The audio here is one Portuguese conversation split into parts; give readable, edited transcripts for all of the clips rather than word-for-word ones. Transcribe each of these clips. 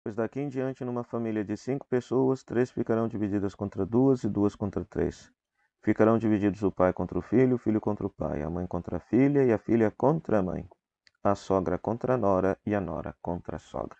Pois daqui em diante, numa família de 5 pessoas, 3 ficarão divididas contra 2 e 2 contra 3. Ficarão divididos o pai contra o filho contra o pai, a mãe contra a filha e a filha contra a mãe, a sogra contra a nora e a nora contra a sogra.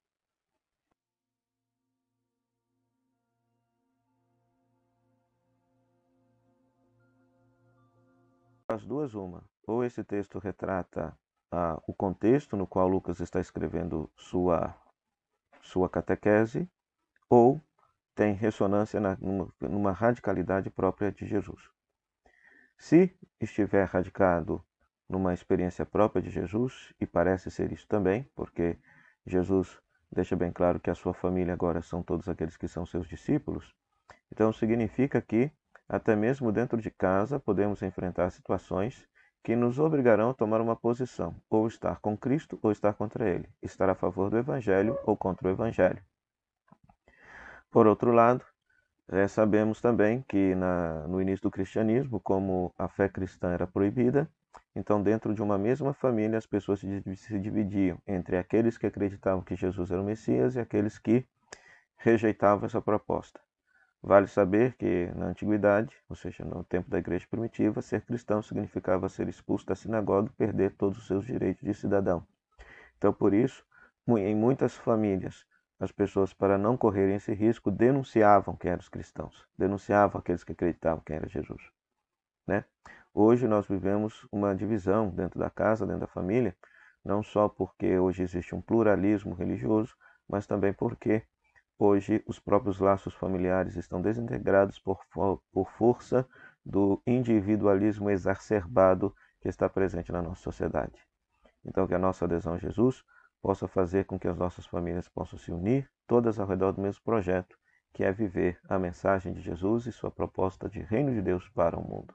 As duas, uma. Ou esse texto retrata o contexto no qual Lucas está escrevendo sua catequese, ou tem ressonância numa radicalidade própria de Jesus. Se estiver radicado numa experiência própria de Jesus, e parece ser isso também, porque Jesus deixa bem claro que a sua família agora são todos aqueles que são seus discípulos, então significa que, até mesmo dentro de casa, podemos enfrentar situações que nos obrigarão a tomar uma posição, ou estar com Cristo ou estar contra Ele, estar a favor do Evangelho ou contra o Evangelho. Por outro lado, sabemos também que no início do cristianismo, como a fé cristã era proibida, então dentro de uma mesma família as pessoas se dividiam entre aqueles que acreditavam que Jesus era o Messias e aqueles que rejeitavam essa proposta. Vale saber que na antiguidade, ou seja, no tempo da igreja primitiva, ser cristão significava ser expulso da sinagoga e perder todos os seus direitos de cidadão. Então, por isso, em muitas famílias, as pessoas, para não correrem esse risco, denunciavam quem eram os cristãos, denunciavam aqueles que acreditavam quem era Jesus. Né? Hoje nós vivemos uma divisão dentro da casa, dentro da família, não só porque hoje existe um pluralismo religioso, mas também porque hoje os próprios laços familiares estão desintegrados por força do individualismo exacerbado que está presente na nossa sociedade. Então, que a nossa adesão a Jesus possa fazer com que as nossas famílias possam se unir, todas ao redor do mesmo projeto, que é viver a mensagem de Jesus e sua proposta de reino de Deus para o mundo.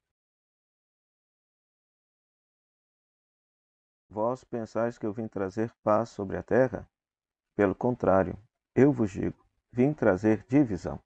Vós pensais que eu vim trazer paz sobre a terra? Pelo contrário, eu vos digo, vim trazer divisão.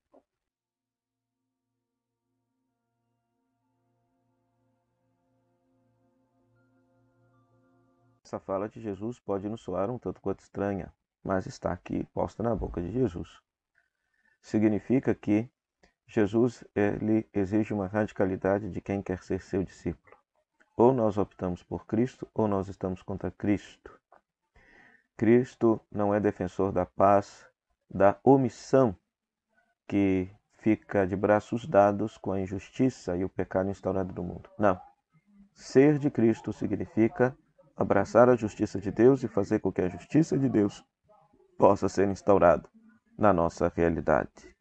Essa fala de Jesus pode nos soar um tanto quanto estranha, mas está aqui posta na boca de Jesus. Significa que Jesus ele exige uma radicalidade de quem quer ser seu discípulo. Ou nós optamos por Cristo, ou nós estamos contra Cristo. Cristo não é defensor da paz, da omissão que fica de braços dados com a injustiça e o pecado instaurado no mundo. Não. Ser de Cristo significa abraçar a justiça de Deus e fazer com que a justiça de Deus possa ser instaurada na nossa realidade.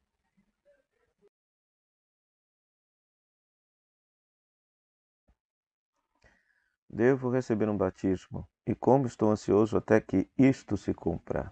Devo receber um batismo, e como estou ansioso até que isto se cumpra.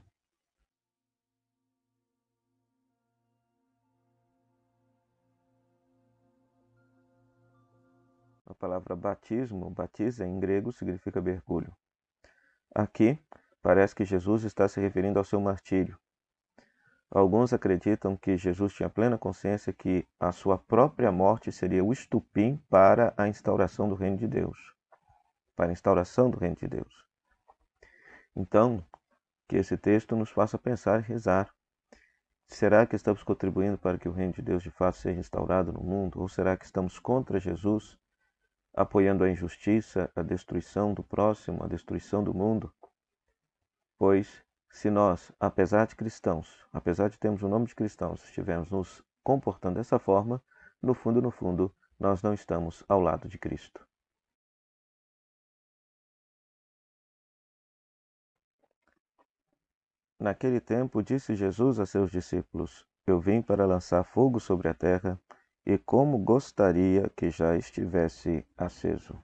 A palavra batismo, batiza em grego, significa mergulho. Aqui, parece que Jesus está se referindo ao seu martírio. Alguns acreditam que Jesus tinha plena consciência que a sua própria morte seria o estupim para a instauração do reino de Deus. Para a instauração do reino de Deus. Então, que esse texto nos faça pensar e rezar. Será que estamos contribuindo para que o reino de Deus de fato seja instaurado no mundo? Ou será que estamos contra Jesus, apoiando a injustiça, a destruição do próximo, a destruição do mundo? Pois, se nós, apesar de cristãos, apesar de termos o nome de cristãos, estivermos nos comportando dessa forma, no fundo, nós não estamos ao lado de Cristo. Naquele tempo, disse Jesus a seus discípulos: Eu vim para lançar fogo sobre a terra, e como gostaria que já estivesse aceso.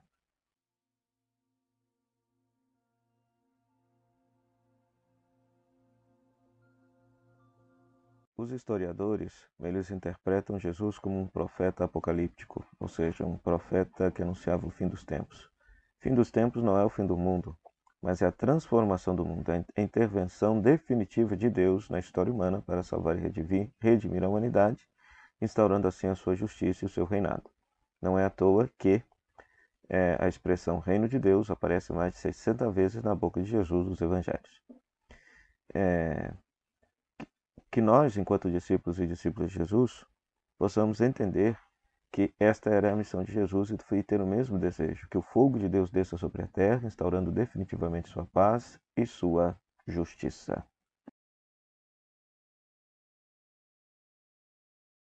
Os historiadores, eles interpretam Jesus como um profeta apocalíptico, ou seja, um profeta que anunciava o fim dos tempos. O fim dos tempos não é o fim do mundo, mas é a transformação do mundo, a intervenção definitiva de Deus na história humana para salvar e redimir a humanidade, instaurando assim a sua justiça e o seu reinado. Não é à toa que a expressão reino de Deus aparece mais de 60 vezes na boca de Jesus nos evangelhos. que nós, enquanto discípulos e discípulas de Jesus, possamos entender que esta era a missão de Jesus e ter o mesmo desejo, que o fogo de Deus desça sobre a terra, instaurando definitivamente sua paz e sua justiça.